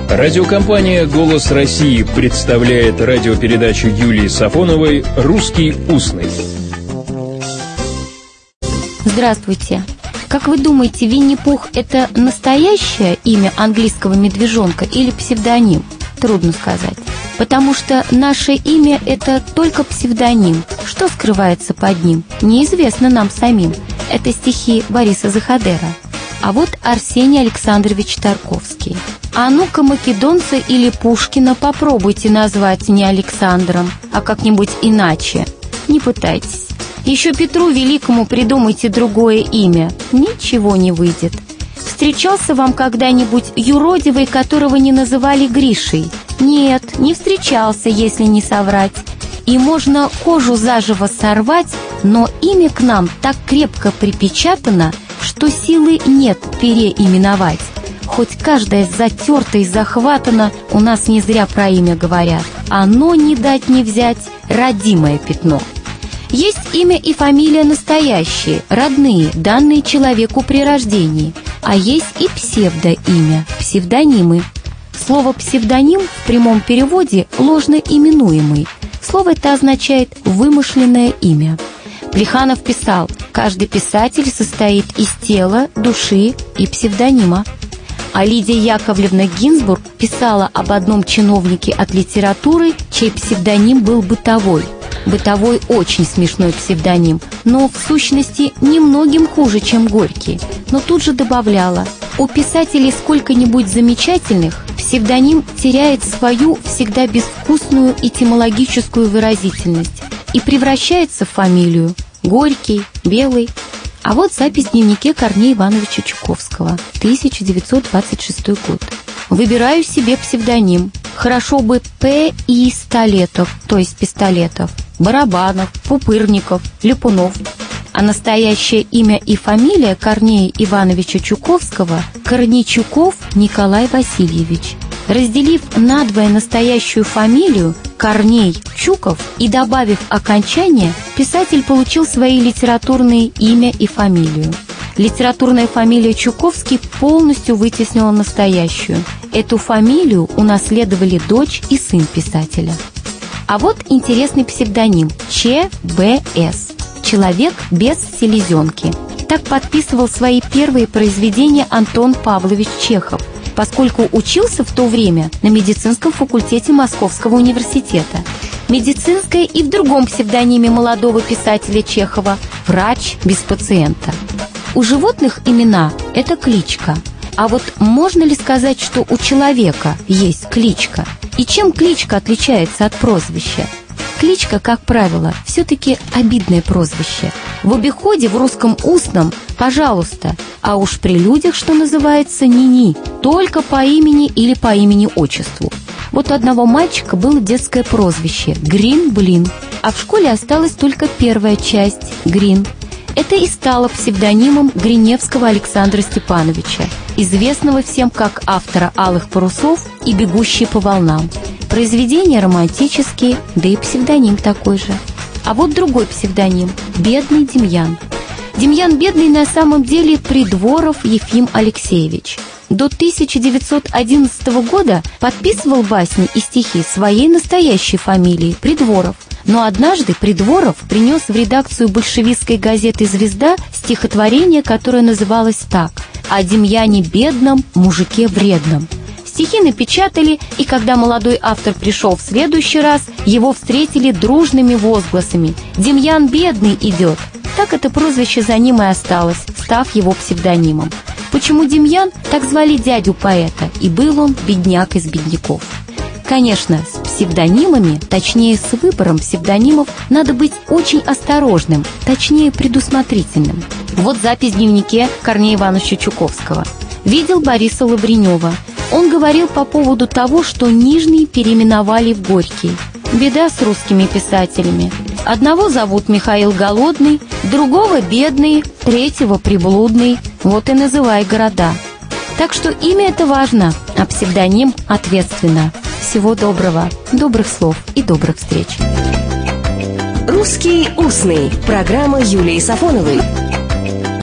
Радиокомпания «Голос России» представляет радиопередачу Юлии Сафоновой «Русский устный». Здравствуйте. Как вы думаете, Винни-Пух – это настоящее имя английского медвежонка или псевдоним? Трудно сказать. Потому что наше имя – это только псевдоним. Что скрывается под ним, неизвестно нам самим. Это стихи Бориса Захадера. А вот Арсений Александрович Тарковский. А ну-ка, македонца или Пушкина попробуйте назвать не Александром, а как-нибудь иначе. Не пытайтесь. Еще Петру Великому придумайте другое имя. Ничего не выйдет. Встречался вам когда-нибудь юродивый, которого не называли Гришей? Нет, не встречался, если не соврать. И можно кожу заживо сорвать, но имя к нам так крепко припечатано, что силы нет переименовать. Хоть каждое затерто и захватано, у нас не зря про имя говорят. Оно не дать не взять, родимое пятно. Есть имя и фамилия настоящие, родные, данные человеку при рождении. А есть и псевдоимя, псевдонимы. Слово «псевдоним» в прямом переводе ложно именуемый. Слово это означает «вымышленное имя». Плеханов писал: «Каждый писатель состоит из тела, души и псевдонима». А Лидия Яковлевна Гинзбург писала об одном чиновнике от литературы, чей псевдоним был Бытовой. Бытовой очень смешной псевдоним, но в сущности немногим хуже, чем Горький. Но тут же добавляла: у писателей сколько-нибудь замечательных псевдоним теряет свою всегда безвкусную этимологическую выразительность и превращается в фамилию Горький, Белый. А вот запись в дневнике Корнея Ивановича Чуковского, 1926 год. «Выбираю себе псевдоним. Хорошо бы П. И. Столетов, то есть Пистолетов, Барабанов, Пупырников, Ляпунов». А настоящее имя и фамилия Корнея Ивановича Чуковского – Корнейчуков Николай Васильевич. Разделив надвое настоящую фамилию Корней Чуков и добавив окончание, писатель получил свои литературные имя и фамилию. Литературная фамилия Чуковский полностью вытеснила настоящую. Эту фамилию унаследовали дочь и сын писателя. А вот интересный псевдоним – ЧБС. «Человек без селезенки». Так подписывал свои первые произведения Антон Павлович Чехов, поскольку учился в то время на медицинском факультете Московского университета. Медицинское и в другом псевдониме молодого писателя Чехова – «Врач без пациента». У животных имена – это кличка. А вот можно ли сказать, что у человека есть кличка? И чем кличка отличается от прозвища? Кличка, как правило, все-таки обидное прозвище. В обиходе в русском устном «пожалуйста», а уж при людях, что называется, ни-ни, только по имени или по имени-отчеству. Вот у одного мальчика было детское прозвище Грин-Блин, а в школе осталась только первая часть Грин. Это и стало псевдонимом Гриневского Александра Степановича, известного всем как автора «Алых парусов» и «Бегущие по волнам». Произведения романтические, да и псевдоним такой же. А вот другой псевдоним – Бедный Демьян. Демьян Бедный на самом деле Придворов Ефим Алексеевич. До 1911 года подписывал басни и стихи своей настоящей фамилией – Придворов. Но однажды Придворов принес в редакцию большевистской газеты «Звезда» стихотворение, которое называлось так: «О Демьяне бедном, мужике вредном». Стихи напечатали, и когда молодой автор пришел в следующий раз, его встретили дружными возгласами: «Демьян бедный идет». Так это прозвище за ним и осталось, став его псевдонимом. Почему Демьян? Так звали дядю поэта, и был он бедняк из бедняков. Конечно, с псевдонимами, точнее с выбором псевдонимов, надо быть очень осторожным, точнее предусмотрительным. Вот запись в дневнике Корнея Ивановича Чуковского. «Видел Бориса Лавренева. Он говорил по поводу того, что Нижний переименовали в Горький. Беда с русскими писателями. Одного зовут Михаил Голодный, другого Бедный, третьего Приблудный. Вот и называй города». Так что имя это важно, а псевдоним ответственно. Всего доброго, добрых слов и добрых встреч. «Русский устный». Программа Юлии Сафоновой.